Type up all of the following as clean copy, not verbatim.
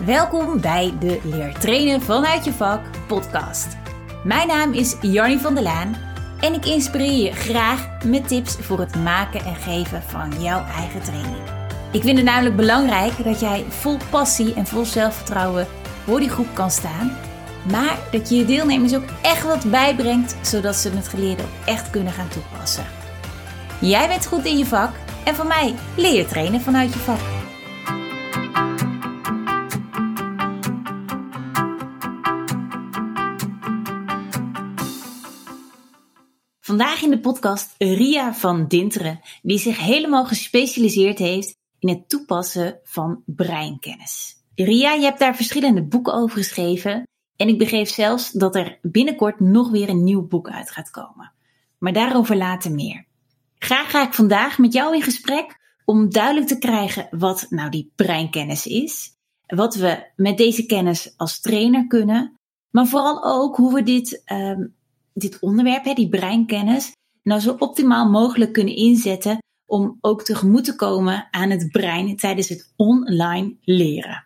Welkom bij de Leer Trainen vanuit je vak podcast. Mijn naam is Jarnie van der Laan en ik inspireer je graag met tips voor het maken en geven van jouw eigen training. Ik vind het namelijk belangrijk dat jij vol passie en vol zelfvertrouwen voor die groep kan staan, maar dat je je deelnemers ook echt wat bijbrengt, zodat ze het geleerde ook echt kunnen gaan toepassen. Jij bent goed in je vak en van mij leer je trainen vanuit je vak. Vandaag in de podcast Ria van Dinteren, die zich helemaal gespecialiseerd heeft in het toepassen van breinkennis. Ria, je hebt daar verschillende boeken over geschreven en ik begreep zelfs dat er binnenkort nog weer een nieuw boek uit gaat komen. Maar daarover later meer. Graag ga ik vandaag met jou in gesprek om duidelijk te krijgen wat nou die breinkennis is, wat we met deze kennis als trainer kunnen, maar vooral ook hoe we dit onderwerp, die breinkennis, nou zo optimaal mogelijk kunnen inzetten om ook tegemoet te komen aan het brein tijdens het online leren.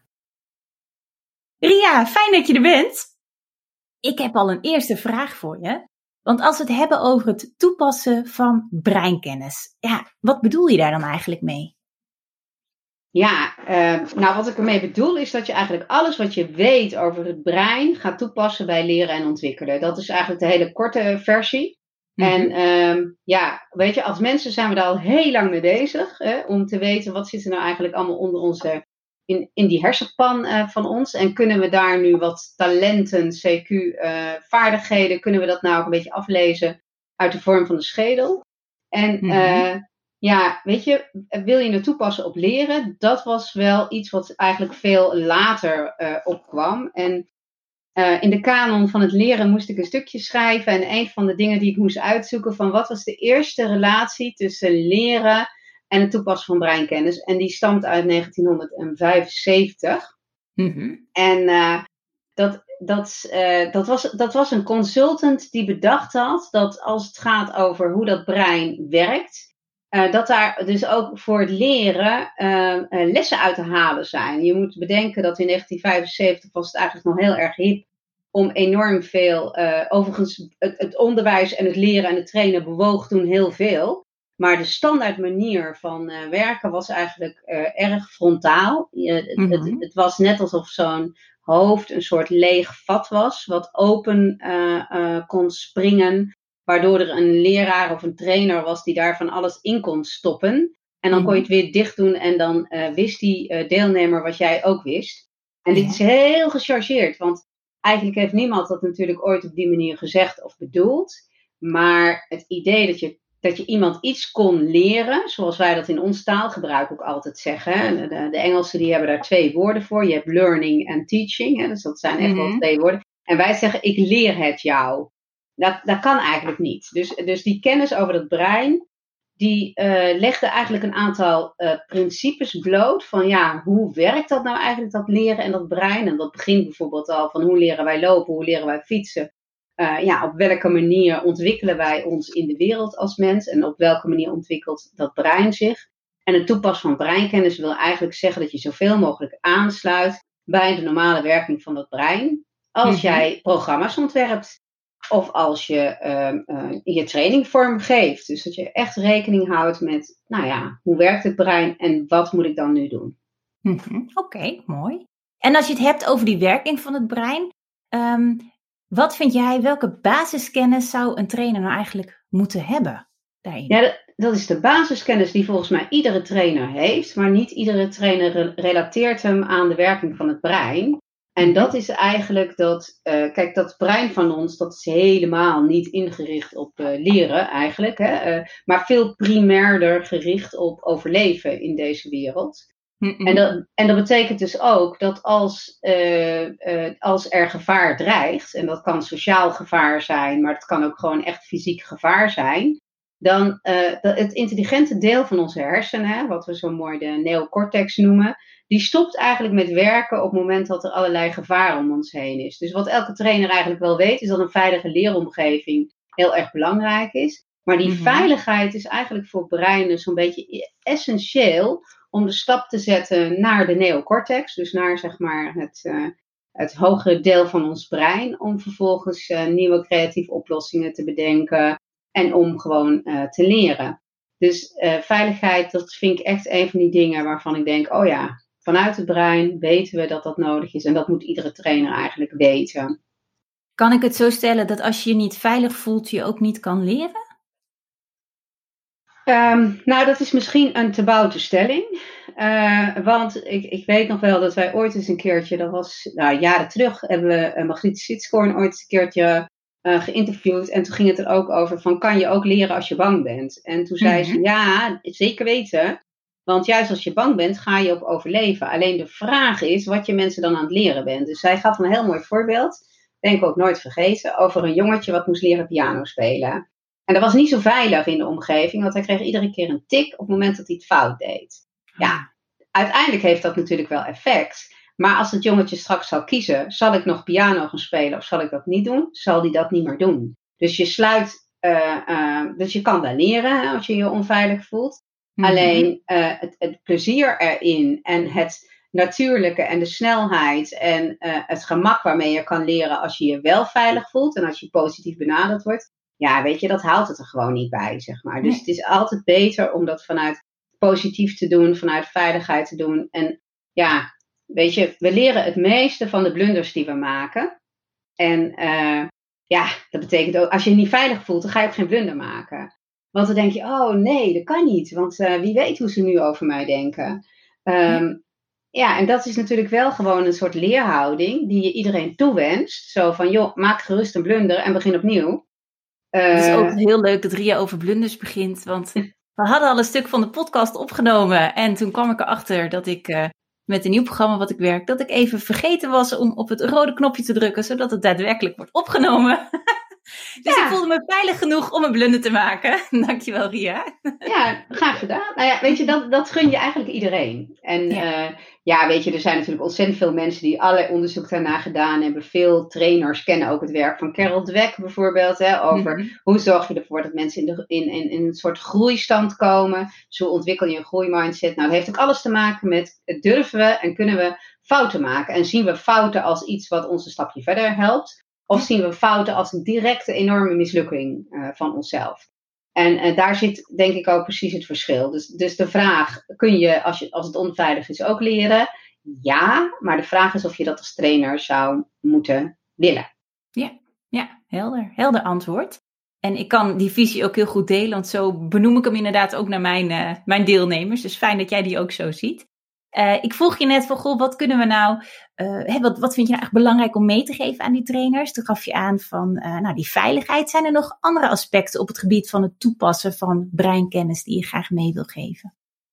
Ria, fijn dat je er bent. Ik heb al een eerste vraag voor je. Want als we het hebben over het toepassen van breinkennis, wat bedoel je daar dan eigenlijk mee? Ja, wat ik ermee bedoel is dat je eigenlijk alles wat je weet over het brein gaat toepassen bij leren en ontwikkelen. Dat is eigenlijk de hele korte versie. Mm-hmm. En weet je, als mensen zijn we daar al heel lang mee bezig. Om te weten wat zit er nou eigenlijk allemaal onder onze, in die hersenpan van ons. En kunnen we daar nu wat talenten, CQ, vaardigheden, kunnen we dat nou ook een beetje aflezen uit de vorm van de schedel. En weet je, wil je het toepassen op leren? Dat was wel iets wat eigenlijk veel later opkwam. En in de kanon van het leren moest ik een stukje schrijven. En een van de dingen die ik moest uitzoeken van wat was de eerste relatie tussen leren en het toepassen van breinkennis. En die stamt uit 1975. Mm-hmm. En dat was een consultant die bedacht had dat als het gaat over hoe dat brein werkt, dat daar dus ook voor het leren lessen uit te halen zijn. Je moet bedenken dat in 1975 was het eigenlijk nog heel erg hip om enorm veel, overigens het onderwijs en het leren en het trainen bewoog toen heel veel. Maar de standaard manier van werken was eigenlijk erg frontaal. Het was net alsof zo'n hoofd een soort leeg vat was, wat open kon springen, waardoor er een leraar of een trainer was die daar van alles in kon stoppen. En dan kon je het weer dicht doen en dan wist die deelnemer wat jij ook wist. En dit is heel gechargeerd, want eigenlijk heeft niemand dat natuurlijk ooit op die manier gezegd of bedoeld. Maar het idee dat je iemand iets kon leren, zoals wij dat in ons taalgebruik ook altijd zeggen. De Engelsen die hebben daar 2 woorden voor. Je hebt learning en teaching. Dus dat zijn echt wel 2 woorden. En wij zeggen, ik leer het jou. Dat kan eigenlijk niet. Dus die kennis over het brein, die legde eigenlijk een aantal principes bloot. Van hoe werkt dat nou eigenlijk, dat leren en dat brein? En dat begint bijvoorbeeld al van hoe leren wij lopen, hoe leren wij fietsen. Op welke manier ontwikkelen wij ons in de wereld als mens en op welke manier ontwikkelt dat brein zich. En het toepassen van breinkennis wil eigenlijk zeggen dat je zoveel mogelijk aansluit bij de normale werking van dat brein. Als jij programma's ontwerpt of als je je training vormgeeft. Dus dat je echt rekening houdt met, hoe werkt het brein en wat moet ik dan nu doen? Oké, mooi. En als je het hebt over die werking van het brein, wat vind jij, welke basiskennis zou een trainer nou eigenlijk moeten hebben daarin? Ja, dat is de basiskennis die volgens mij iedere trainer heeft, maar niet iedere trainer relateert hem aan de werking van het brein. En dat is eigenlijk dat brein van ons, dat is helemaal niet ingericht op leren eigenlijk, maar veel primairder gericht op overleven in deze wereld. En dat betekent dus ook dat als er gevaar dreigt, en dat kan sociaal gevaar zijn, maar het kan ook gewoon echt fysiek gevaar zijn, dan het intelligente deel van onze hersenen, wat we zo mooi de neocortex noemen, die stopt eigenlijk met werken op het moment dat er allerlei gevaar om ons heen is. Dus wat elke trainer eigenlijk wel weet, is dat een veilige leeromgeving heel erg belangrijk is. Maar die veiligheid is eigenlijk voor breinen zo'n beetje essentieel, om de stap te zetten naar de neocortex. Dus naar zeg maar het hogere deel van ons brein. Om vervolgens nieuwe creatieve oplossingen te bedenken. En om gewoon te leren. Dus veiligheid, dat vind ik echt een van die dingen waarvan ik denk, oh ja, vanuit het brein weten we dat dat nodig is. En dat moet iedere trainer eigenlijk weten. Kan ik het zo stellen dat als je je niet veilig voelt, je ook niet kan leren? Nou, dat is misschien een te boute stelling. Want ik weet nog wel dat wij ooit eens een keertje, dat was jaren terug, hebben we Margriet Sitskoorn ooit eens een keertje geïnterviewd. En toen ging het er ook over van, kan je ook leren als je bang bent? En toen zei ze, ja, zeker weten. Want juist als je bang bent, ga je op overleven. Alleen de vraag is wat je mensen dan aan het leren bent. Dus zij gaf een heel mooi voorbeeld, denk ik ook nooit vergeten, over een jongetje wat moest leren piano spelen. En dat was niet zo veilig in de omgeving, want hij kreeg iedere keer een tik op het moment dat hij het fout deed. Ja, uiteindelijk heeft dat natuurlijk wel effect. Maar als het jongetje straks zal kiezen, zal ik nog piano gaan spelen of zal ik dat niet doen? Zal hij dat niet meer doen. Dus je sluit, dus je kan wel leren hè, als je je onveilig voelt. Alleen het plezier erin en het natuurlijke en de snelheid en het gemak waarmee je kan leren als je je wel veilig voelt en als je positief benaderd wordt. Ja, weet je, dat haalt het er gewoon niet bij, zeg maar. Dus het is altijd beter om dat vanuit positief te doen, vanuit veiligheid te doen. En ja, weet je, we leren het meeste van de blunders die we maken. En ja, dat betekent ook, als je je niet veilig voelt, dan ga je ook geen blunder maken. Want dan denk je, oh nee, dat kan niet. Want wie weet hoe ze nu over mij denken. Ja, en dat is natuurlijk wel gewoon een soort leerhouding die je iedereen toewenst. Zo van, joh, maak gerust een blunder en begin opnieuw. Het is ook heel leuk dat Ria over blunders begint, want we hadden al een stuk van de podcast opgenomen en toen kwam ik erachter dat ik met een nieuw programma wat ik werk, dat ik even vergeten was om op het rode knopje te drukken, zodat het daadwerkelijk wordt opgenomen. Dus ik voelde me veilig genoeg om een blunder te maken. Dankjewel, Ria. Ja, graag gedaan. Nou ja, weet je, dat gun je eigenlijk iedereen. En ja, weet je, er zijn natuurlijk ontzettend veel mensen die allerlei onderzoek daarna gedaan hebben. Veel trainers kennen ook het werk van Carol Dweck bijvoorbeeld. Hè, over hoe zorg je ervoor dat mensen in een soort groeistand komen. Zo ontwikkel je een groeimindset. Nou, dat heeft ook alles te maken met durven we en kunnen we fouten maken. En zien we fouten als iets wat ons een stapje verder helpt. Of zien we fouten als een directe enorme mislukking van onszelf. En daar zit denk ik ook precies het verschil. Dus de vraag, kun je als het onveilig is ook leren? Ja, maar de vraag is of je dat als trainer zou moeten willen. Ja, helder antwoord. En ik kan die visie ook heel goed delen, want zo benoem ik hem inderdaad ook naar mijn deelnemers. Dus fijn dat jij die ook zo ziet. Ik vroeg je net van, goh, wat kunnen we nou, wat vind je nou echt belangrijk om mee te geven aan die trainers? Toen gaf je aan van, die veiligheid. Zijn er nog andere aspecten op het gebied van het toepassen van breinkennis die je graag mee wil geven?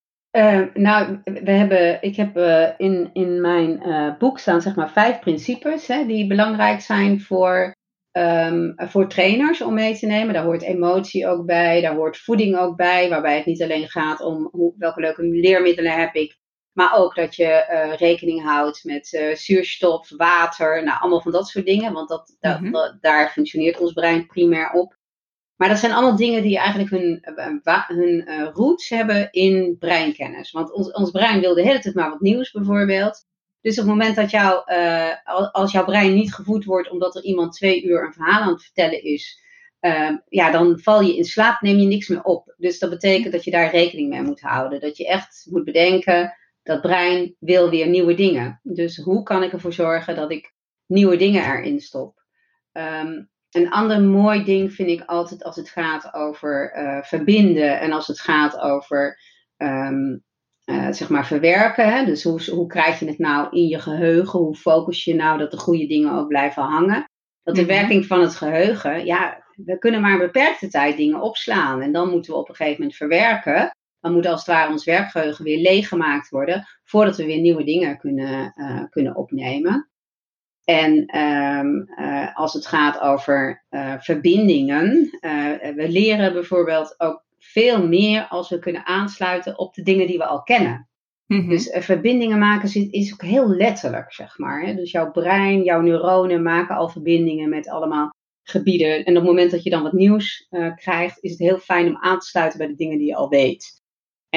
Ik heb in mijn boek staan zeg maar 5 principes die belangrijk zijn voor trainers om mee te nemen. Daar hoort emotie ook bij, daar hoort voeding ook bij, waarbij het niet alleen gaat om welke leuke leermiddelen heb ik, maar ook dat je rekening houdt met zuurstof, water, nou allemaal van dat soort dingen, want daar functioneert ons brein primair op. Maar dat zijn allemaal dingen die eigenlijk hun roots hebben in breinkennis. Want ons brein wil de hele tijd maar wat nieuws bijvoorbeeld. Dus op het moment dat als jouw brein niet gevoed wordt omdat er iemand 2 uur een verhaal aan het vertellen is, dan val je in slaap, neem je niks meer op. Dus dat betekent dat je daar rekening mee moet houden. Dat je echt moet bedenken, dat brein wil weer nieuwe dingen. Dus hoe kan ik ervoor zorgen dat ik nieuwe dingen erin stop? Een ander mooi ding vind ik altijd als het gaat over verbinden en als het gaat over zeg maar verwerken. Hè? Dus hoe krijg je het nou in je geheugen? Hoe focus je nou dat de goede dingen ook blijven hangen? Dat de werking van het geheugen, we kunnen maar een beperkte tijd dingen opslaan. En dan moeten we op een gegeven moment verwerken. Dan moet als het ware ons werkgeheugen weer leeggemaakt worden voordat we weer nieuwe dingen kunnen opnemen. En als het gaat over verbindingen, we leren bijvoorbeeld ook veel meer als we kunnen aansluiten op de dingen die we al kennen. Dus verbindingen maken is ook heel letterlijk, zeg maar. Hè? Dus jouw brein, jouw neuronen maken al verbindingen met allemaal gebieden. En op het moment dat je dan wat nieuws krijgt, is het heel fijn om aan te sluiten bij de dingen die je al weet. En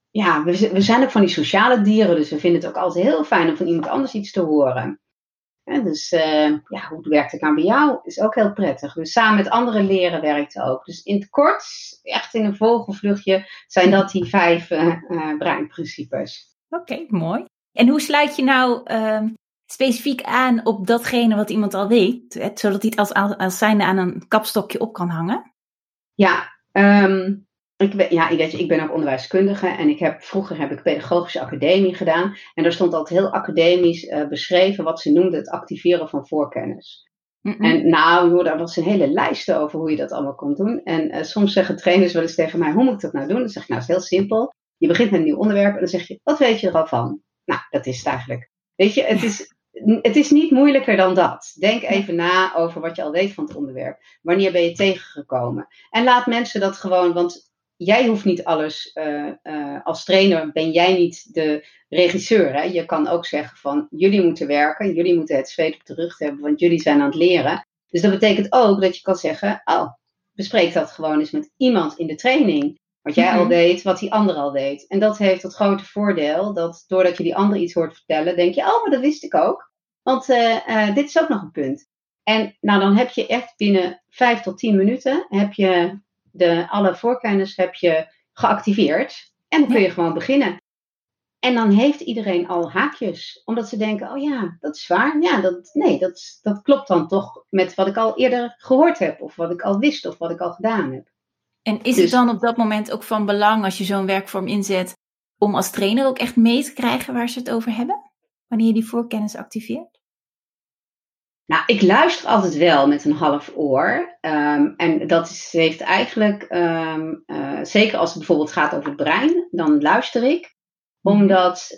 we zijn ook van die sociale dieren, dus we vinden het ook altijd heel fijn om van iemand anders iets te horen. Dus hoe werkt het nou bij jou? Is ook heel prettig. Dus samen met anderen leren werkt ook. Dus in het kort, echt in een vogelvluchtje, zijn dat die 5 breinprincipes. Oké, mooi. En hoe sluit je nou specifiek aan op datgene wat iemand al weet, zodat hij het als zijnde aan een kapstokje op kan hangen? Ja, ik ben ook onderwijskundige en vroeger heb ik pedagogische academie gedaan. En daar stond altijd heel academisch beschreven wat ze noemden het activeren van voorkennis. En daar was een hele lijst over hoe je dat allemaal kon doen. En soms zeggen trainers wel eens tegen mij, hoe moet ik dat nou doen? Dan zeg ik, nou, het is heel simpel. Je begint met een nieuw onderwerp en dan zeg je, wat weet je er al van? Nou, dat is het eigenlijk. Weet je, het is niet moeilijker dan dat. Denk even na over wat je al weet van het onderwerp. Wanneer ben je tegengekomen? En laat mensen dat gewoon, want jij hoeft niet alles, als trainer ben jij niet de regisseur. Hè? Je kan ook zeggen van, jullie moeten werken, jullie moeten het zweet op de rug hebben, want jullie zijn aan het leren. Dus dat betekent ook dat je kan zeggen, bespreek dat gewoon eens met iemand in de training. Wat jij al deed, wat die ander al deed. En dat heeft het grote voordeel dat doordat je die ander iets hoort vertellen, denk je, maar dat wist ik ook. Want dit is ook nog een punt. En nou, dan heb je echt binnen 5 tot 10 minuten heb je alle voorkennis heb je geactiveerd. En dan kun je gewoon beginnen. En dan heeft iedereen al haakjes. Omdat ze denken, oh ja, dat is waar. Ja, dat klopt dan toch met wat ik al eerder gehoord heb. Of wat ik al wist of wat ik al gedaan heb. En is het dan op dat moment ook van belang als je zo'n werkvorm inzet om als trainer ook echt mee te krijgen waar ze het over hebben? Wanneer je die voorkennis activeert? Nou, ik luister altijd wel met een half oor. En dat heeft eigenlijk, zeker als het bijvoorbeeld gaat over het brein, dan luister ik. Omdat,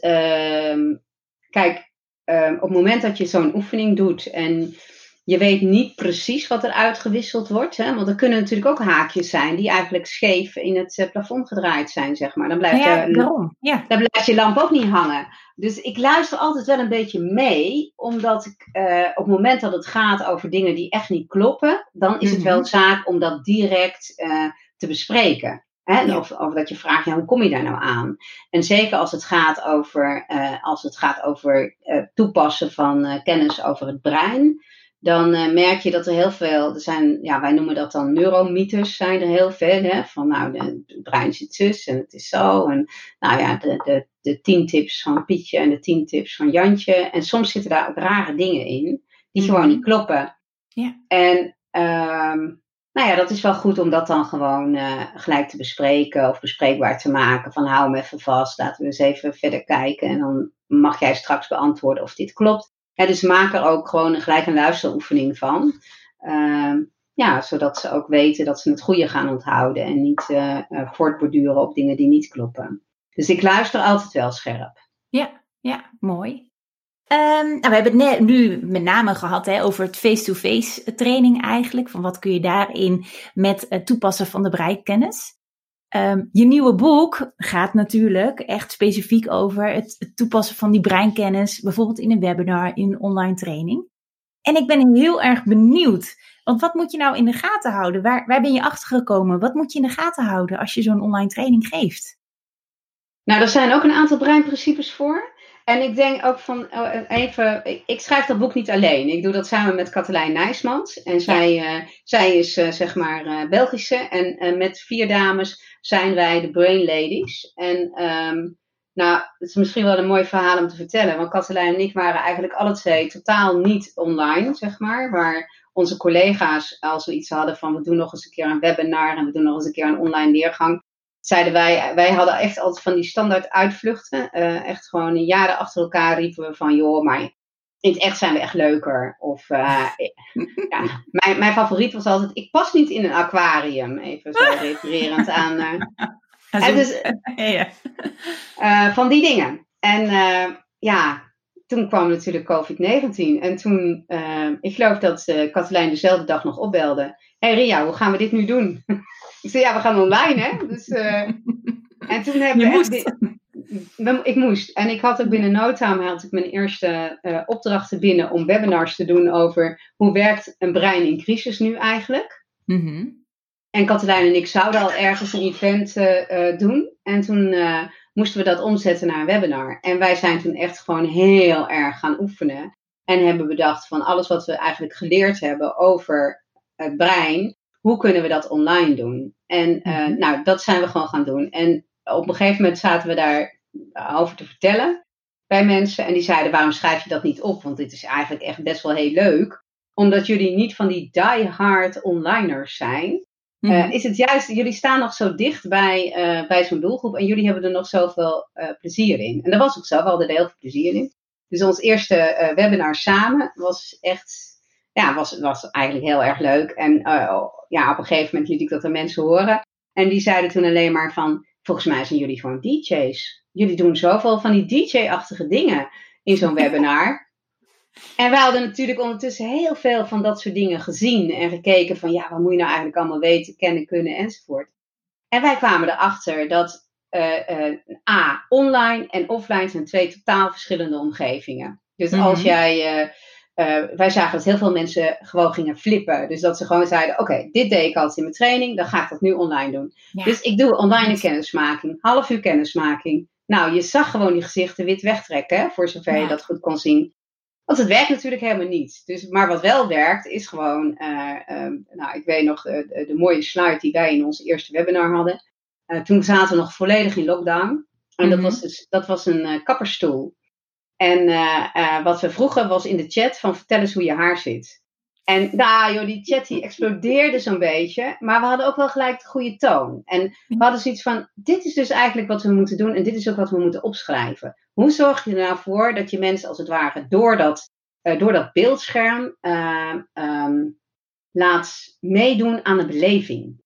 op het moment dat je zo'n oefening doet en je weet niet precies wat er uitgewisseld wordt. Hè, want er kunnen natuurlijk ook haakjes zijn die eigenlijk scheef in het plafond gedraaid zijn, zeg maar. Dan blijft, dan blijft je lamp ook niet hangen. Dus ik luister altijd wel een beetje mee, omdat ik op het moment dat het gaat over dingen die echt niet kloppen, dan is het wel zaak om dat direct te bespreken. Hè? Of dat je vraagt, hoe kom je daar nou aan? En zeker als het gaat over toepassen van kennis over het brein, dan merk je dat er heel veel, wij noemen dat dan neuromythes, zijn er heel veel. Hè? Van het brein zit zus en het is zo. En de 10 tips van Pietje en de 10 tips van Jantje. En soms zitten daar ook rare dingen in, die gewoon niet kloppen. Ja. En dat is wel goed om dat dan gewoon gelijk te bespreken of bespreekbaar te maken. Van hou hem even vast, laten we eens even verder kijken. En dan mag jij straks beantwoorden of dit klopt. Dus maak er ook gewoon gelijk een luisteroefening van. Zodat ze ook weten dat ze het goede gaan onthouden. En niet voortborduren op dingen die niet kloppen. Dus ik luister altijd wel scherp. Ja, mooi. We hebben het nu met name gehad over het face-to-face training eigenlijk. Van wat kun je daarin met het toepassen van de breinkennis. Je nieuwe boek gaat natuurlijk echt specifiek over het toepassen van die breinkennis. Bijvoorbeeld in een webinar, in een online training. En ik ben heel erg benieuwd. Want wat moet je nou in de gaten houden? Waar ben je achter gekomen? Wat moet je in de gaten houden als je zo'n online training geeft? Nou, er zijn ook een aantal breinprincipes voor. En ik denk ook ik schrijf dat boek niet alleen. Ik doe dat samen met Katelijn Nijsmans. En zij is Belgische. En met 4 dames zijn wij de Brain Ladies. En het is misschien wel een mooi verhaal om te vertellen. Want Katelijn en ik waren eigenlijk alle 2 totaal niet online, zeg maar. Waar onze collega's, als we iets hadden van we doen nog eens een keer een webinar en we doen nog eens een keer een online leergang, zeiden wij hadden echt altijd van die standaard uitvluchten. Echt gewoon jaren achter elkaar riepen we van, joh, maar in het echt zijn we echt leuker. Of mijn favoriet was altijd, ik pas niet in een aquarium. Even zo refererend aan. Van die dingen. En toen kwam natuurlijk COVID-19. En toen, ik geloof dat Katelijn dezelfde dag nog opbelde. Hey Ria, hoe gaan we dit nu doen? Ik zei, we gaan online, hè. Dus, en toen hebben ik moest. En ik had ook binnen no time mijn eerste opdrachten binnen om webinars te doen over hoe werkt een brein in crisis nu eigenlijk. En Katelijn en ik zouden al ergens een event doen. En toen moesten we dat omzetten naar een webinar. En wij zijn toen echt gewoon heel erg gaan oefenen. En hebben bedacht van alles wat we eigenlijk geleerd hebben over het brein, hoe kunnen we dat online doen? En nou, dat zijn we gewoon gaan doen. En op een gegeven moment zaten we daar over te vertellen bij mensen. En die zeiden, waarom schrijf je dat niet op? Want dit is eigenlijk echt best wel heel leuk. Omdat jullie niet van die die-hard onliners zijn. Is het juist, jullie staan nog zo dicht bij zo'n doelgroep. En jullie hebben er nog zoveel plezier in. En dat was ook zo, we hadden er heel veel plezier in. Dus ons eerste webinar samen was echt, ja, was eigenlijk heel erg leuk. En ja, op een gegeven moment liet ik dat aan mensen horen. En die zeiden toen alleen maar van, volgens mij zijn jullie gewoon DJ's. Jullie doen zoveel van die DJ-achtige dingen in zo'n webinar. En wij hadden natuurlijk ondertussen heel veel van dat soort dingen gezien en gekeken van, ja, wat moet je nou eigenlijk allemaal weten, kennen, kunnen enzovoort. En wij kwamen erachter dat online en offline zijn 2 totaal verschillende omgevingen. Dus als jij, wij zagen dat heel veel mensen gewoon gingen flippen. Dus dat ze gewoon zeiden, oké, dit deed ik altijd in mijn training, dan ga ik dat nu online doen. Ja. Dus ik doe online een kennismaking, half uur kennismaking. Nou, je zag gewoon die gezichten wit wegtrekken, hè, voor zover je dat goed kon zien. Want het werkt natuurlijk helemaal niet. Dus, maar wat wel werkt, is gewoon, nou, ik weet nog de mooie slide die wij in ons eerste webinar hadden. Toen zaten we nog volledig in lockdown. En dat was een kapperstoel. En wat we vroegen was in de chat van, vertel eens hoe je haar zit. En nou joh, die chat die explodeerde zo'n beetje. Maar we hadden ook wel gelijk de goede toon. En we hadden zoiets van, dit is dus eigenlijk wat we moeten doen. En dit is ook wat we moeten opschrijven. Hoe zorg je er nou voor dat je mensen als het ware door dat beeldscherm laat meedoen aan de beleving.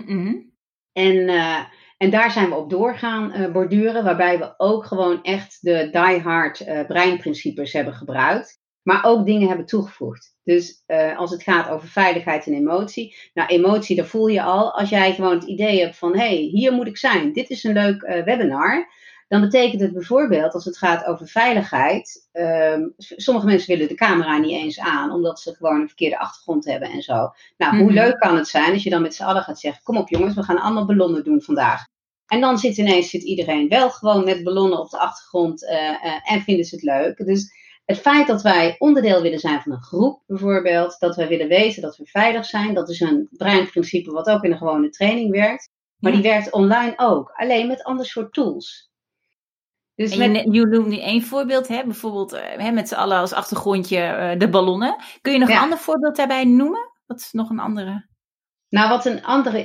En daar zijn we op doorgaan borduren. Waarbij we ook gewoon echt de die-hard breinprincipes hebben gebruikt. Maar ook dingen hebben toegevoegd. Dus als het gaat over veiligheid en emotie. Nou, emotie, dat voel je al. Als jij gewoon het idee hebt van, hé, hier moet ik zijn. Dit is een leuk webinar. Dan betekent het bijvoorbeeld, als het gaat over veiligheid. Sommige mensen willen de camera niet eens aan. Omdat ze gewoon een verkeerde achtergrond hebben en zo. Nou, hoe leuk kan het zijn als je dan met z'n allen gaat zeggen. Kom op jongens, we gaan allemaal ballonnen doen vandaag. En dan zit iedereen wel gewoon met ballonnen op de achtergrond. En vinden ze het leuk. Dus het feit dat wij onderdeel willen zijn van een groep bijvoorbeeld, dat wij willen weten dat we veilig zijn, dat is een breinprincipe wat ook in een gewone training werkt. Maar die werkt online ook, alleen met ander soort tools. Dus je noemt nu één voorbeeld, hè? Bijvoorbeeld met z'n allen als achtergrondje de ballonnen. Kun je nog een ander voorbeeld daarbij noemen? Wat is nog een andere? Nou, wat een andere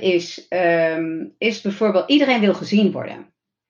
is bijvoorbeeld, iedereen wil gezien worden.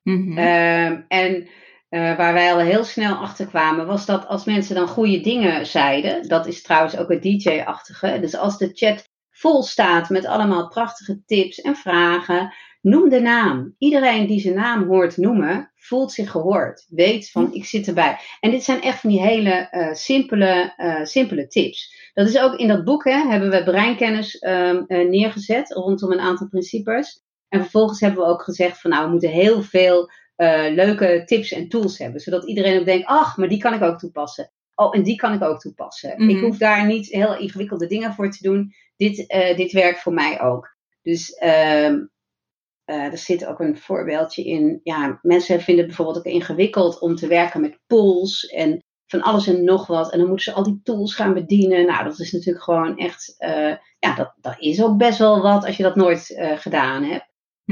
En waar wij al heel snel achter kwamen, was dat als mensen dan goede dingen zeiden, dat is trouwens ook het DJ-achtige, dus als de chat vol staat met allemaal prachtige tips en vragen, noem de naam. Iedereen die zijn naam hoort noemen, voelt zich gehoord, weet van ik zit erbij. En dit zijn echt van die hele simpele tips. Dat is ook in dat boek, hebben we breinkennis neergezet rondom een aantal principes. En vervolgens hebben we ook gezegd van nou, we moeten heel veel leuke tips en tools hebben. Zodat iedereen ook denkt, ach, maar die kan ik ook toepassen. Oh, en die kan ik ook toepassen. Ik hoef daar niet heel ingewikkelde dingen voor te doen. Dit werkt voor mij ook. Dus er zit ook een voorbeeldje in. Ja, mensen vinden het bijvoorbeeld ook ingewikkeld om te werken met polls en van alles en nog wat. En dan moeten ze al die tools gaan bedienen. Nou, dat is natuurlijk gewoon echt, dat is ook best wel wat als je dat nooit gedaan hebt.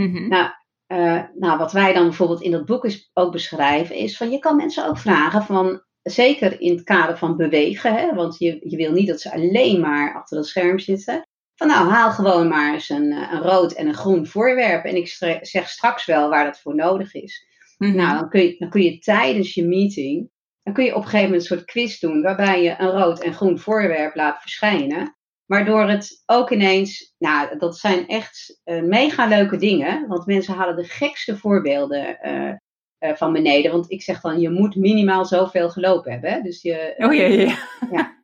Nou, wat wij dan bijvoorbeeld in dat boek ook beschrijven is van je kan mensen ook vragen van, zeker in het kader van bewegen, hè, want je wil niet dat ze alleen maar achter dat scherm zitten. Van nou, haal gewoon maar eens een rood en een groen voorwerp en ik zeg straks wel waar dat voor nodig is. Nou, dan kun je tijdens je meeting, dan kun je op een gegeven moment een soort quiz doen waarbij je een rood en groen voorwerp laat verschijnen. Waardoor het ook ineens, nou, dat zijn echt mega leuke dingen. Want mensen halen de gekste voorbeelden van beneden. Want ik zeg dan, je moet minimaal zoveel gelopen hebben. Hè? Dus ja.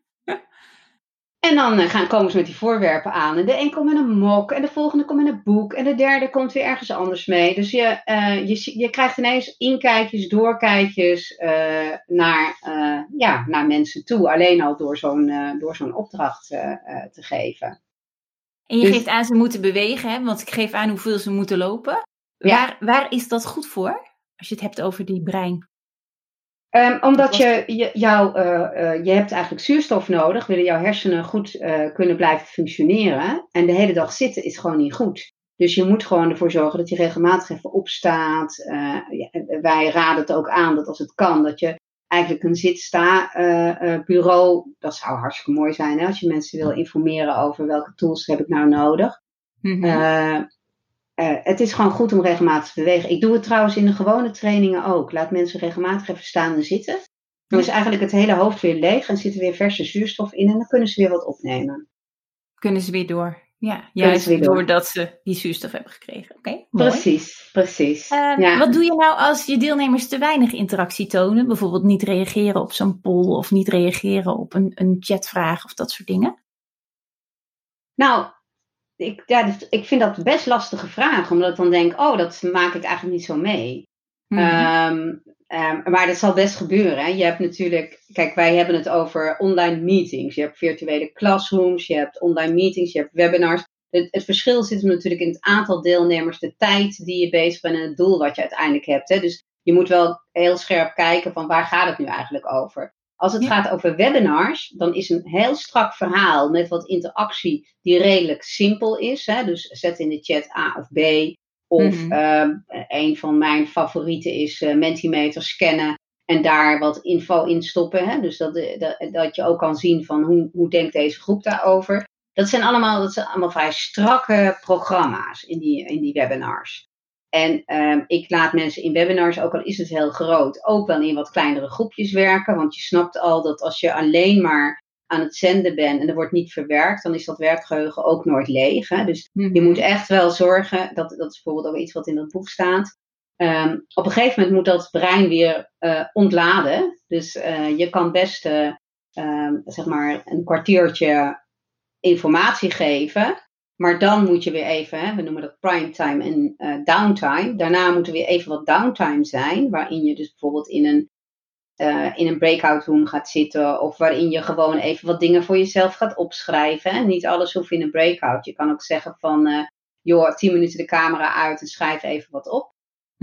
En dan komen ze met die voorwerpen aan. En de een komt met een mok. En de volgende komt met een boek. En de derde komt weer ergens anders mee. Dus je krijgt ineens inkijkjes, doorkijkjes naar mensen toe. Alleen al door zo'n opdracht te geven. En je geeft aan ze moeten bewegen. Hè? Want ik geef aan hoeveel ze moeten lopen. Waar is dat goed voor? Als je het hebt over die brein. Omdat je hebt eigenlijk zuurstof nodig, willen jouw hersenen goed kunnen blijven functioneren. En de hele dag zitten is gewoon niet goed. Dus je moet gewoon ervoor zorgen dat je regelmatig even opstaat. Wij raden het ook aan dat als het kan, dat je eigenlijk een zit-sta-bureau, dat zou hartstikke mooi zijn, hè, als je mensen wil informeren over welke tools heb ik nou nodig. Het is gewoon goed om regelmatig te bewegen. Ik doe het trouwens in de gewone trainingen ook. Laat mensen regelmatig even staan en zitten. Dan is eigenlijk het hele hoofd weer leeg en zit er weer verse zuurstof in en dan kunnen ze weer wat opnemen. Kunnen ze weer door. Ja, juist doordat ze die zuurstof hebben gekregen. Oké, mooi. Precies. Wat doe je nou als je deelnemers te weinig interactie tonen? Bijvoorbeeld niet reageren op zo'n poll of niet reageren op een chatvraag of dat soort dingen? Nou, ik vind dat best lastige vraag. Omdat ik dan denk, dat maak ik eigenlijk niet zo mee. Maar dat zal best gebeuren. Hè. Je hebt natuurlijk, kijk, wij hebben het over online meetings. Je hebt virtuele classrooms, je hebt online meetings, je hebt webinars. Het verschil zit hem natuurlijk in het aantal deelnemers, de tijd die je bezig bent en het doel wat je uiteindelijk hebt. Hè. Dus je moet wel heel scherp kijken van waar gaat het nu eigenlijk over. Als het gaat over webinars, dan is een heel strak verhaal met wat interactie die redelijk simpel is. Hè. Dus zet in de chat A of B. Of een van mijn favorieten is Mentimeter scannen en daar wat info in stoppen. Hè? Dus dat je ook kan zien van hoe denkt deze groep daarover. Dat zijn allemaal vrij strakke programma's in die webinars. En ik laat mensen in webinars, ook al is het heel groot, ook wel in wat kleinere groepjes werken. Want je snapt al dat als je alleen maar aan het zenden bent en er wordt niet verwerkt, dan is dat werkgeheugen ook nooit leeg. Hè? Dus je moet echt wel zorgen, dat is bijvoorbeeld ook iets wat in dat boek staat. Op een gegeven moment moet dat brein weer ontladen. Dus je kan best zeg maar een kwartiertje informatie geven. Maar dan moet je weer even, hè, we noemen dat primetime en downtime. Daarna moet er weer even wat downtime zijn, waarin je dus bijvoorbeeld in een breakout room gaat zitten. Of waarin je gewoon even wat dingen voor jezelf gaat opschrijven. Hè. Niet alles hoeft in een breakout. Je kan ook zeggen van, 10 minuten de camera uit en schrijf even wat op.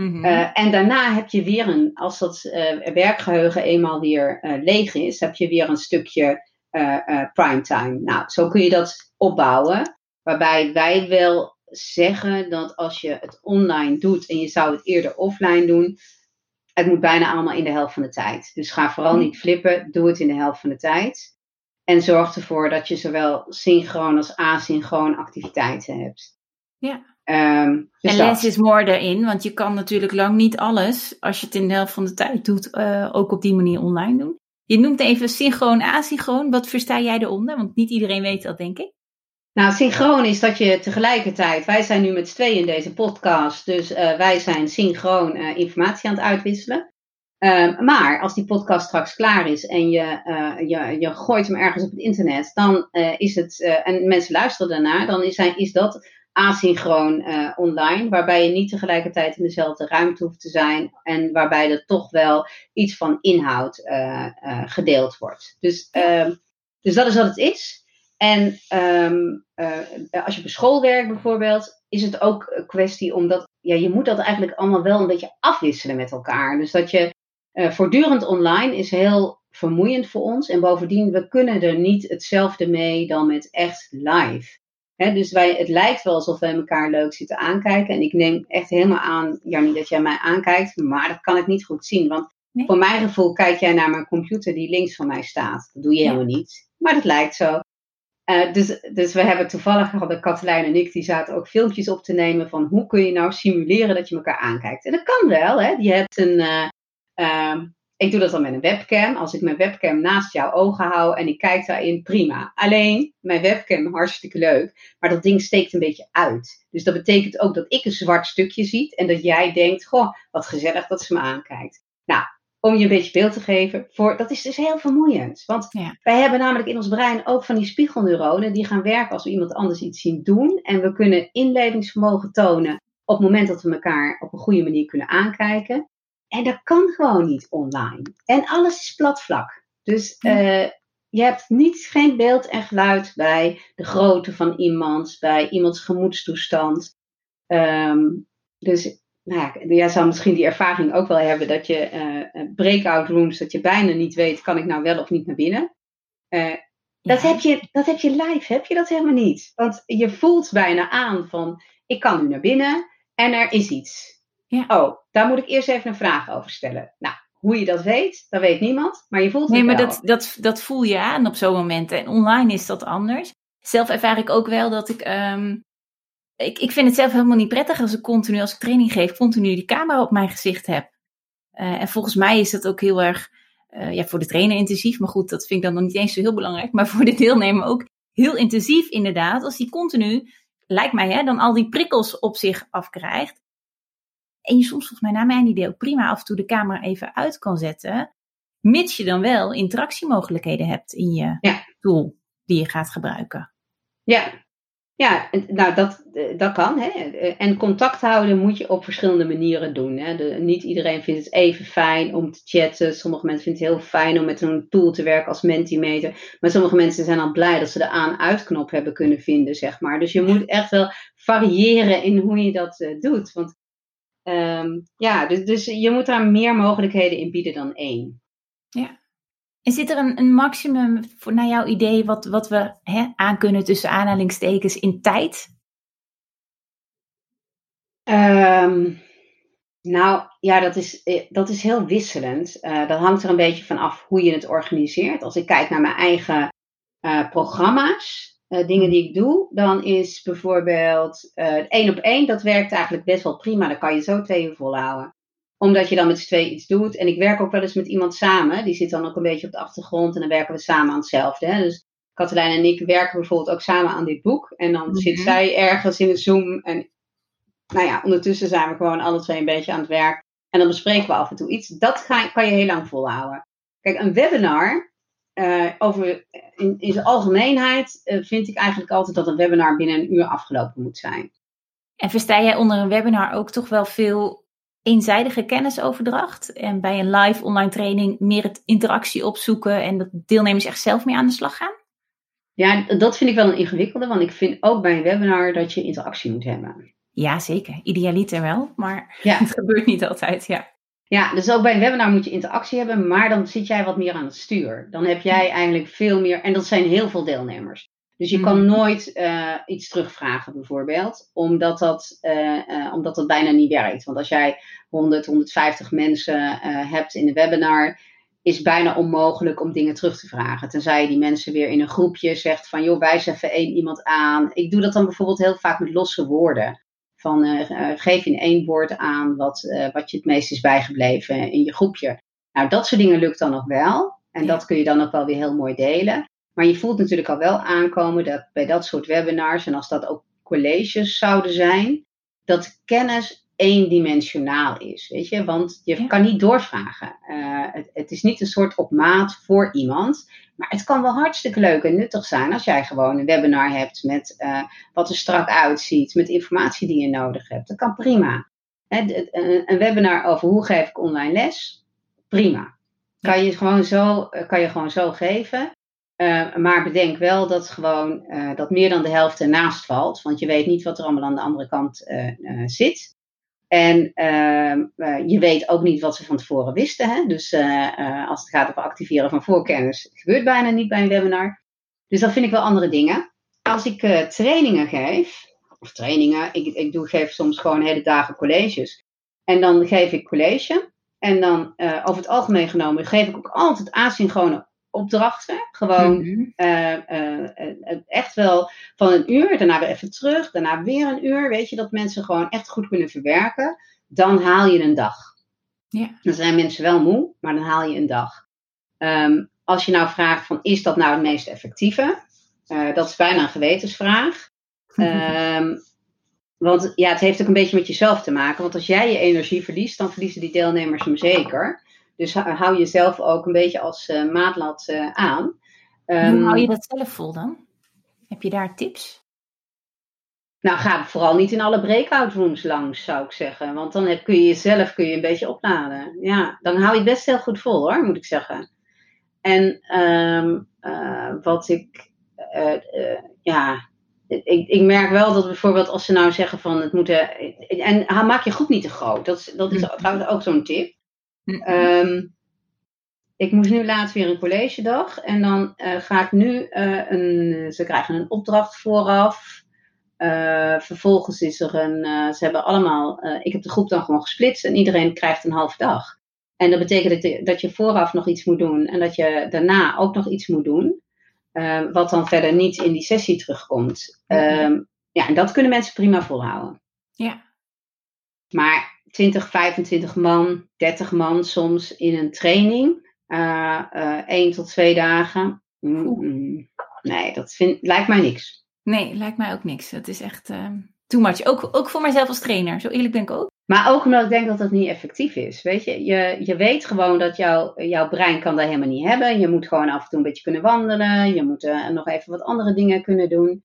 En daarna heb je weer als dat werkgeheugen eenmaal weer leeg is, heb je weer een stukje primetime. Nou, zo kun je dat opbouwen. Waarbij wij wel zeggen dat als je het online doet en je zou het eerder offline doen, het moet bijna allemaal in de helft van de tijd. Dus ga vooral niet flippen, doe het in de helft van de tijd. En zorg ervoor dat je zowel synchroon als asynchroon activiteiten hebt. Ja. Dus en less is more daarin, want je kan natuurlijk lang niet alles, als je het in de helft van de tijd doet, ook op die manier online doen. Je noemt even synchroon, asynchroon. Wat versta jij eronder? Want niet iedereen weet dat, denk ik. Nou, synchroon is dat je tegelijkertijd, wij zijn nu met z'n tweeën in deze podcast, dus wij zijn synchroon informatie aan het uitwisselen. Maar als die podcast straks klaar is en je gooit hem ergens op het internet, dan is het, en mensen luisteren daarnaar, dan is dat asynchroon online, waarbij je niet tegelijkertijd in dezelfde ruimte hoeft te zijn en waarbij er toch wel iets van inhoud gedeeld wordt. Dus dat is wat het is. En als je op school werkt bijvoorbeeld, is het ook een kwestie omdat je moet dat eigenlijk allemaal wel een beetje afwisselen met elkaar. Dus dat je voortdurend online is heel vermoeiend voor ons. En bovendien, we kunnen er niet hetzelfde mee dan met echt live. Dus het lijkt wel alsof wij elkaar leuk zitten aankijken. En ik neem echt helemaal aan, Jannie, dat jij mij aankijkt. Maar dat kan ik niet goed zien. Want voor mijn gevoel kijk jij naar mijn computer die links van mij staat. Dat doe je helemaal niet. Maar dat lijkt zo. Dus we hebben toevallig, hadden Katelijn en ik, die zaten ook filmpjes op te nemen van hoe kun je nou simuleren dat je elkaar aankijkt. En dat kan wel, hè. Je hebt ik doe dat dan met een webcam. Als ik mijn webcam naast jouw ogen hou en ik kijk daarin, prima. Alleen, mijn webcam, hartstikke leuk, maar dat ding steekt een beetje uit. Dus dat betekent ook dat ik een zwart stukje zie en dat jij denkt, goh, wat gezellig dat ze me aankijkt. Nou, om je een beetje beeld te geven, dat is dus heel vermoeiend. Want wij hebben namelijk in ons brein ook van die spiegelneuronen die gaan werken als we iemand anders iets zien doen. En we kunnen inlevingsvermogen tonen op het moment dat we elkaar op een goede manier kunnen aankijken. En dat kan gewoon niet online. En alles is platvlak. Dus je hebt geen beeld en geluid bij de grootte van iemand, bij iemands gemoedstoestand. Dus nou ja, jij zou misschien die ervaring ook wel hebben dat je breakout rooms, dat je bijna niet weet, kan ik nou wel of niet naar binnen? Dat heb je live, heb je dat helemaal niet. Want je voelt bijna aan van, ik kan nu naar binnen en er is iets. Ja. Oh, daar moet ik eerst even een vraag over stellen. Nou, hoe je dat weet, dat weet niemand, maar je voelt het wel. Nee, maar dat voel je aan op zo'n moment. En online is dat anders. Zelf ervaar ik ook wel dat ik vind het zelf helemaal niet prettig als ik training geef, continu die camera op mijn gezicht heb. En volgens mij is dat ook heel erg, voor de trainer intensief. Maar goed, dat vind ik dan nog niet eens zo heel belangrijk. Maar voor de deelnemer ook heel intensief inderdaad. Als die continu, lijkt mij dan al die prikkels op zich afkrijgt. En je soms volgens mij naar mijn idee ook prima af en toe de camera even uit kan zetten. Mits je dan wel interactiemogelijkheden hebt in je tool die je gaat gebruiken. Ja, nou dat kan. Hè. En contact houden moet je op verschillende manieren doen. Hè. Niet iedereen vindt het even fijn om te chatten. Sommige mensen vinden het heel fijn om met een tool te werken als Mentimeter. Maar sommige mensen zijn al blij dat ze de aan-uitknop hebben kunnen vinden, zeg maar. Dus je moet echt wel variëren in hoe je dat doet. Want dus je moet daar meer mogelijkheden in bieden dan één. Ja. En zit er een maximum voor naar jouw idee wat we aan kunnen tussen aanhalingstekens in tijd? Nou ja, dat is heel wisselend. Dat hangt er een beetje van af hoe je het organiseert. Als ik kijk naar mijn eigen programma's, dingen die ik doe, dan is bijvoorbeeld 1-op-1, dat werkt eigenlijk best wel prima. Dan kan je zo 2 uur volhouden. Omdat je dan met z'n tweeën iets doet. En ik werk ook wel eens met iemand samen. Die zit dan ook een beetje op de achtergrond. En dan werken we samen aan hetzelfde. Hè? Dus Katelijn en ik werken bijvoorbeeld ook samen aan dit boek. En dan zit zij ergens in een Zoom. En nou ja, ondertussen zijn we gewoon alle 2 een beetje aan het werk. En dan bespreken we af en toe iets. Dat kan je heel lang volhouden. Kijk, een webinar, in zijn algemeenheid, vind ik eigenlijk altijd dat een webinar binnen 1 uur afgelopen moet zijn. En versta jij onder een webinar ook toch wel veel eenzijdige kennisoverdracht? En bij een live online training meer het interactie opzoeken en dat deelnemers echt zelf mee aan de slag gaan? Ja, dat vind ik wel een ingewikkelde, want ik vind ook bij een webinar dat je interactie moet hebben. Ja, zeker. Idealiter wel, maar het gebeurt niet altijd, Ja, dus ook bij een webinar moet je interactie hebben, maar dan zit jij wat meer aan het stuur. Dan heb jij eigenlijk veel meer, en dat zijn heel veel deelnemers. Dus je kan nooit iets terugvragen bijvoorbeeld, omdat dat bijna niet werkt. Want als jij 150 mensen hebt in een webinar, is het bijna onmogelijk om dingen terug te vragen. Tenzij je die mensen weer in een groepje zegt van, joh, wijs even 1 iemand aan. Ik doe dat dan bijvoorbeeld heel vaak met losse woorden. Van geef in 1 woord aan wat je het meest is bijgebleven in je groepje. Nou, dat soort dingen lukt dan nog wel. En dat kun je dan ook wel weer heel mooi delen. Maar je voelt natuurlijk al wel aankomen dat bij dat soort webinars, en als dat ook colleges zouden zijn, dat kennis eendimensionaal is. Weet je? Want je kan niet doorvragen. Het is niet een soort op maat voor iemand. Maar het kan wel hartstikke leuk en nuttig zijn als jij gewoon een webinar hebt met wat er strak uitziet, met informatie die je nodig hebt. Dat kan prima. Een webinar over hoe geef ik online les, prima. Kan je gewoon zo geven. Maar bedenk wel dat dat meer dan de helft ernaast valt. Want je weet niet wat er allemaal aan de andere kant zit. En je weet ook niet wat ze van tevoren wisten. Hè? Dus als het gaat over activeren van voorkennis, gebeurt bijna niet bij een webinar. Dus dat vind ik wel andere dingen. Als ik trainingen geef, geef soms gewoon hele dagen colleges. En dan geef ik college. En dan over het algemeen genomen geef ik ook altijd asynchrone opdrachten. Gewoon echt wel van 1 uur, daarna weer even terug, daarna weer 1 uur. Weet je, dat mensen gewoon echt goed kunnen verwerken. Dan haal je een dag. Ja. Dan zijn mensen wel moe, maar dan haal je een dag. Als je nou vraagt van, is dat nou het meest effectieve? Dat is bijna een gewetensvraag. Want ja, het heeft ook een beetje met jezelf te maken. Want als jij je energie verliest, dan verliezen die deelnemers hem zeker. Dus hou jezelf ook een beetje als maatlat aan. Hoe hou je dat zelf vol dan? Heb je daar tips? Nou, ga vooral niet in alle breakout rooms langs, zou ik zeggen. Want dan kun je jezelf een beetje opladen. Ja, dan hou je het best heel goed vol hoor, moet ik zeggen. En wat ik... ik merk wel dat bijvoorbeeld als ze nou zeggen van het moet... en maak je groep niet te groot. Dat is trouwens ook zo'n tip. Ik moest nu laatst weer een collegedag. En dan ga ik nu ze krijgen een opdracht vooraf. Vervolgens is er ze hebben allemaal... ik heb de groep dan gewoon gesplitst. En iedereen krijgt een halve dag. En dat betekent dat je vooraf nog iets moet doen. En dat je daarna ook nog iets moet doen. Wat dan verder niet in die sessie terugkomt. Ja, en dat kunnen mensen prima volhouden. Ja. Maar 20, 25 man, 30 man soms in een training. 1 tot 2 dagen. Nee, lijkt mij niks. Nee, lijkt mij ook niks. Dat is echt too much. Ook voor mijzelf als trainer. Zo eerlijk ben ik ook. Maar ook omdat ik denk dat dat niet effectief is. Weet je, je weet gewoon dat jouw brein kan dat helemaal niet hebben. Je moet gewoon af en toe een beetje kunnen wandelen. Je moet nog even wat andere dingen kunnen doen.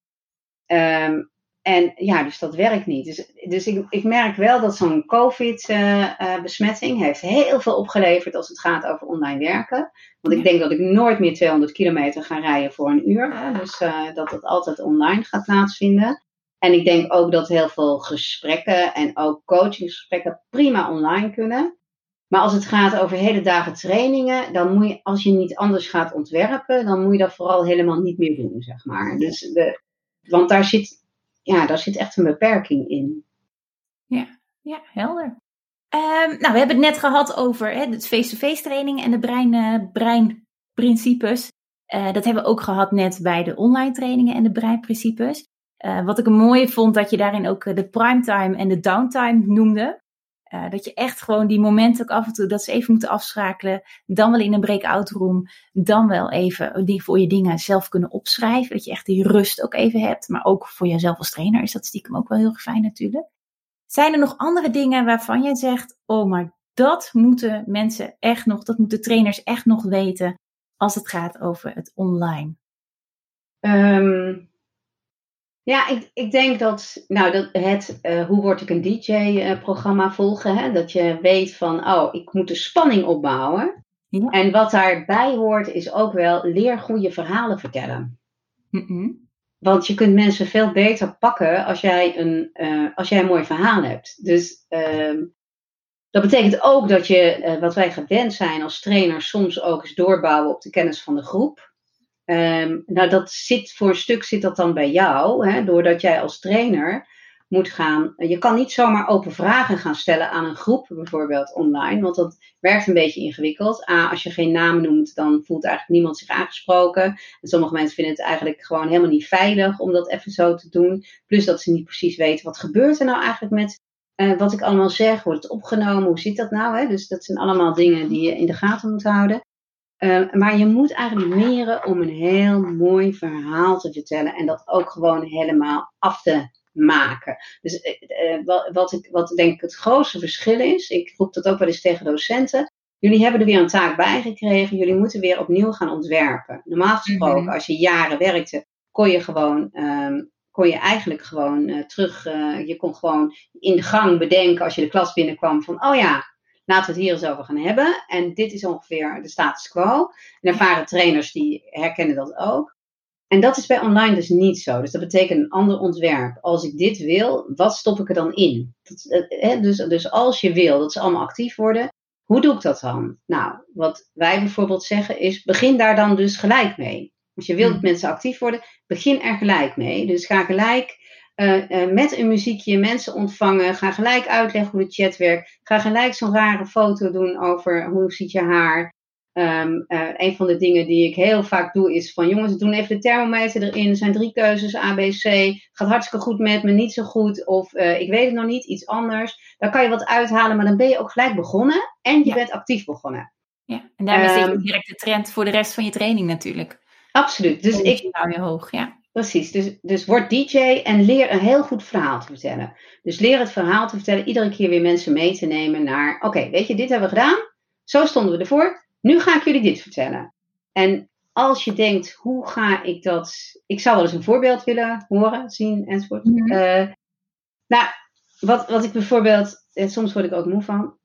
En ja, dus dat werkt niet. Dus ik merk wel dat zo'n COVID-besmetting heeft heel veel opgeleverd als het gaat over online werken. Want ik denk dat ik nooit meer 200 kilometer ga rijden voor een uur. Dus dat het altijd online gaat plaatsvinden. En ik denk ook dat heel veel gesprekken en ook coachingsgesprekken prima online kunnen. Maar als het gaat over hele dagen trainingen, dan moet je, als je niet anders gaat ontwerpen, dan moet je dat vooral helemaal niet meer doen, zeg maar. Dus want daar zit echt een beperking in. Ja, helder. Nou, we hebben het net gehad over het face-to-face training en de breinprincipes. Dat hebben we ook gehad net bij de online trainingen en de breinprincipes. Wat ik een mooie vond, dat je daarin ook de primetime en de downtime noemde. Dat je echt gewoon die momenten ook af en toe, dat ze even moeten afschakelen. Dan wel in een breakout room. Dan wel even voor je dingen zelf kunnen opschrijven. Dat je echt die rust ook even hebt. Maar ook voor jezelf als trainer is dat stiekem ook wel heel erg fijn natuurlijk. Zijn er nog andere dingen waarvan jij zegt, oh, maar dat moeten mensen echt nog, dat moeten trainers echt nog weten als het gaat over het online? Ja, ik denk dat het Hoe word ik een DJ-programma volgen. Hè? Dat je weet van, ik moet de spanning opbouwen. Ja. En wat daarbij hoort is ook wel leer goede verhalen vertellen. Want je kunt mensen veel beter pakken als jij een mooi verhaal hebt. Dus dat betekent ook dat je, wat wij gewend zijn als trainers, soms ook eens doorbouwen op de kennis van de groep. Voor een stuk zit dat dan bij jou, hè, doordat jij als trainer moet gaan. Je kan niet zomaar open vragen gaan stellen aan een groep, bijvoorbeeld online, want dat werkt een beetje ingewikkeld. Als je geen naam noemt, dan voelt eigenlijk niemand zich aangesproken. En sommige mensen vinden het eigenlijk gewoon helemaal niet veilig om dat even zo te doen. Plus dat ze niet precies weten, wat gebeurt er nou eigenlijk met wat ik allemaal zeg? Wordt het opgenomen? Hoe zit dat nou? Hè? Dus dat zijn allemaal dingen die je in de gaten moet houden. Maar je moet eigenlijk leren om een heel mooi verhaal te vertellen en dat ook gewoon helemaal af te maken. Dus wat denk ik het grootste verschil is, ik roep dat ook wel eens tegen docenten, jullie hebben er weer een taak bij gekregen, jullie moeten weer opnieuw gaan ontwerpen. Normaal gesproken, als je jaren werkte, kon je eigenlijk gewoon je kon gewoon in de gang bedenken als je de klas binnenkwam van, laten we het hier eens over gaan hebben. En dit is ongeveer de status quo. En ervaren trainers die herkennen dat ook. En dat is bij online dus niet zo. Dus dat betekent een ander ontwerp. Als ik dit wil, wat stop ik er dan in? Dus als je wil dat ze allemaal actief worden, hoe doe ik dat dan? Nou, wat wij bijvoorbeeld zeggen is, begin daar dan dus gelijk mee. Als je wilt dat mensen actief worden, begin er gelijk mee. Dus ga gelijk met een muziekje mensen ontvangen. Ga gelijk uitleggen hoe de chat werkt. Ga gelijk zo'n rare foto doen over hoe ziet je haar. Een van de dingen die ik heel vaak doe is van, jongens, doen even de thermometer erin. Er zijn 3 keuzes, A, B, C. Gaat hartstikke goed met me, niet zo goed. Of ik weet het nog niet, iets anders. Daar kan je wat uithalen, maar dan ben je ook gelijk begonnen. En je bent actief begonnen. Ja, en daarmee zet je direct de trend voor de rest van je training natuurlijk. Absoluut. Dus hou je hoog, ja. Precies, dus word DJ en leer een heel goed verhaal te vertellen. Dus leer het verhaal te vertellen, iedere keer weer mensen mee te nemen naar, oké, weet je, dit hebben we gedaan, zo stonden we ervoor, nu ga ik jullie dit vertellen. En als je denkt, hoe ga ik dat, ik zou wel eens een voorbeeld willen horen, zien enzovoort. Wat ik bijvoorbeeld, soms word ik ook moe van, maar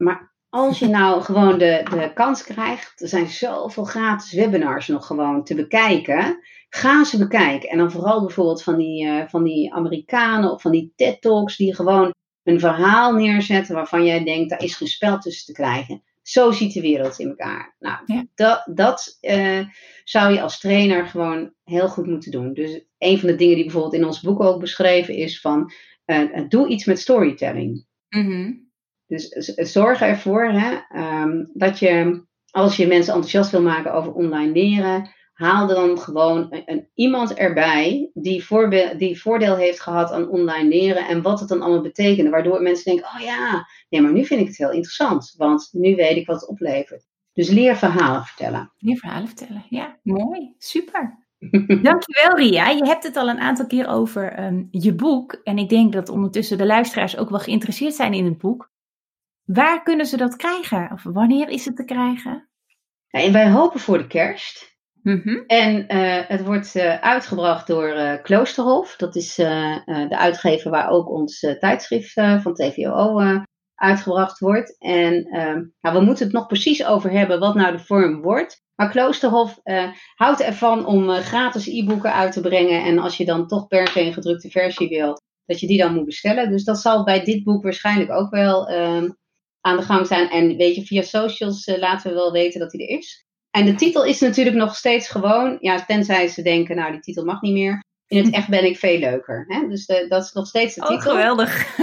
als je nou gewoon de kans krijgt, er zijn zoveel gratis webinars nog gewoon te bekijken. Ga ze bekijken. En dan vooral bijvoorbeeld van die Amerikanen of van die TED Talks die gewoon een verhaal neerzetten waarvan jij denkt, daar is geen spel tussen te krijgen. Zo ziet de wereld in elkaar. Nou, dat zou je als trainer gewoon heel goed moeten doen. Dus een van de dingen die bijvoorbeeld in ons boek ook beschreven is van, doe iets met storytelling. Mm-hmm. Dus zorg ervoor dat je, als je mensen enthousiast wil maken over online leren, haal dan gewoon iemand erbij die voordeel heeft gehad aan online leren en wat het dan allemaal betekende. Waardoor mensen denken, oh ja, nee, maar nu vind ik het heel interessant, want nu weet ik wat het oplevert. Dus leer verhalen vertellen. Leer verhalen vertellen, ja, mooi, super. Dankjewel Ria, je hebt het al een aantal keer over je boek en ik denk dat ondertussen de luisteraars ook wel geïnteresseerd zijn in het boek. Waar kunnen ze dat krijgen? Of wanneer is het te krijgen? Ja, en wij hopen voor de kerst. Mm-hmm. En het wordt uitgebracht door Kloosterhof. Dat is de uitgever waar ook ons tijdschrift van TVO uitgebracht wordt. En we moeten het nog precies over hebben wat nou de vorm wordt. Maar Kloosterhof houdt ervan om gratis e-boeken uit te brengen. En als je dan toch per se een gedrukte versie wilt, dat je die dan moet bestellen. Dus dat zal bij dit boek waarschijnlijk ook wel aan de gang zijn. En weet je, via socials laten we wel weten dat die er is. En de titel is natuurlijk nog steeds gewoon, ja, tenzij ze denken, nou die titel mag niet meer. In het echt ben ik veel leuker. Hè? Dus dat is nog steeds de titel. Oh, geweldig.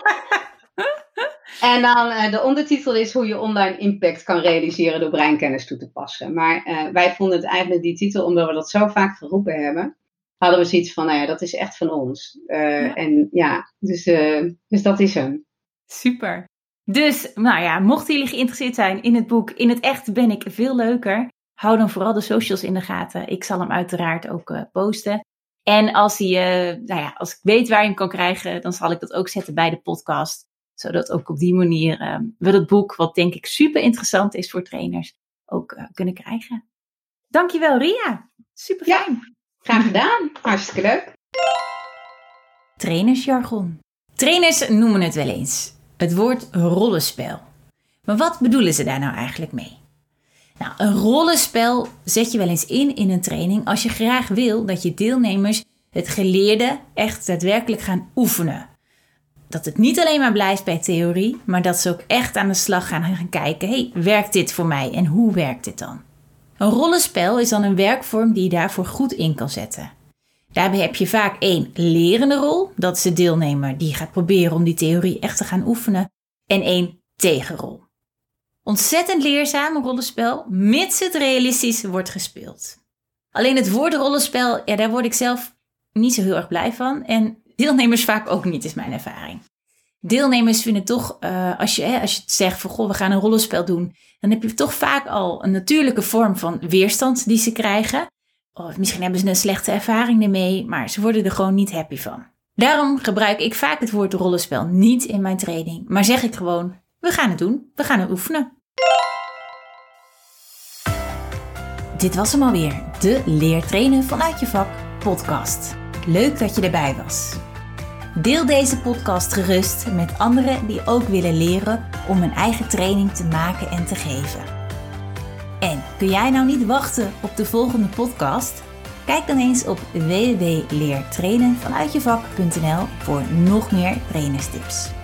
En dan de ondertitel is hoe je online impact kan realiseren door breinkennis toe te passen. Maar wij vonden het eigenlijk die titel, omdat we dat zo vaak geroepen hebben, hadden we zoiets van, nou ja, dat is echt van ons. En ja, dus dat is hem. Super. Dus, nou ja, mochten jullie geïnteresseerd zijn in het boek In het echt ben ik veel leuker, hou dan vooral de socials in de gaten. Ik zal hem uiteraard ook posten. En als ik weet waar je hem kan krijgen, dan zal ik dat ook zetten bij de podcast. Zodat ook op die manier we dat boek, wat denk ik super interessant is voor trainers, ook kunnen krijgen. Dankjewel Ria. Super fijn. Ja, graag gedaan. Hartstikke leuk. Trainersjargon. Trainers noemen het wel eens het woord rollenspel. Maar wat bedoelen ze daar nou eigenlijk mee? Nou, een rollenspel zet je wel eens in een training als je graag wil dat je deelnemers het geleerde echt daadwerkelijk gaan oefenen. Dat het niet alleen maar blijft bij theorie, maar dat ze ook echt aan de slag gaan kijken, hey, werkt dit voor mij en hoe werkt dit dan? Een rollenspel is dan een werkvorm die je daarvoor goed in kan zetten. Daarbij heb je vaak 1 lerende rol, dat is de deelnemer die gaat proberen om die theorie echt te gaan oefenen, en 1 tegenrol. Ontzettend leerzaam rollenspel, mits het realistisch wordt gespeeld. Alleen het woord rollenspel, ja, daar word ik zelf niet zo heel erg blij van en deelnemers vaak ook niet, is mijn ervaring. Deelnemers vinden toch, als je zegt van goh, we gaan een rollenspel doen, dan heb je toch vaak al een natuurlijke vorm van weerstand die ze krijgen. Of misschien hebben ze een slechte ervaring ermee, maar ze worden er gewoon niet happy van. Daarom gebruik ik vaak het woord rollenspel niet in mijn training, maar zeg ik gewoon, we gaan het doen, we gaan het oefenen. Dit was hem alweer, de Leer trainen vanuit je vak podcast. Leuk dat je erbij was. Deel deze podcast gerust met anderen die ook willen leren om een eigen training te maken en te geven. En kun jij nou niet wachten op de volgende podcast? Kijk dan eens op www.leertrainenvanuitjevak.nl voor nog meer trainerstips.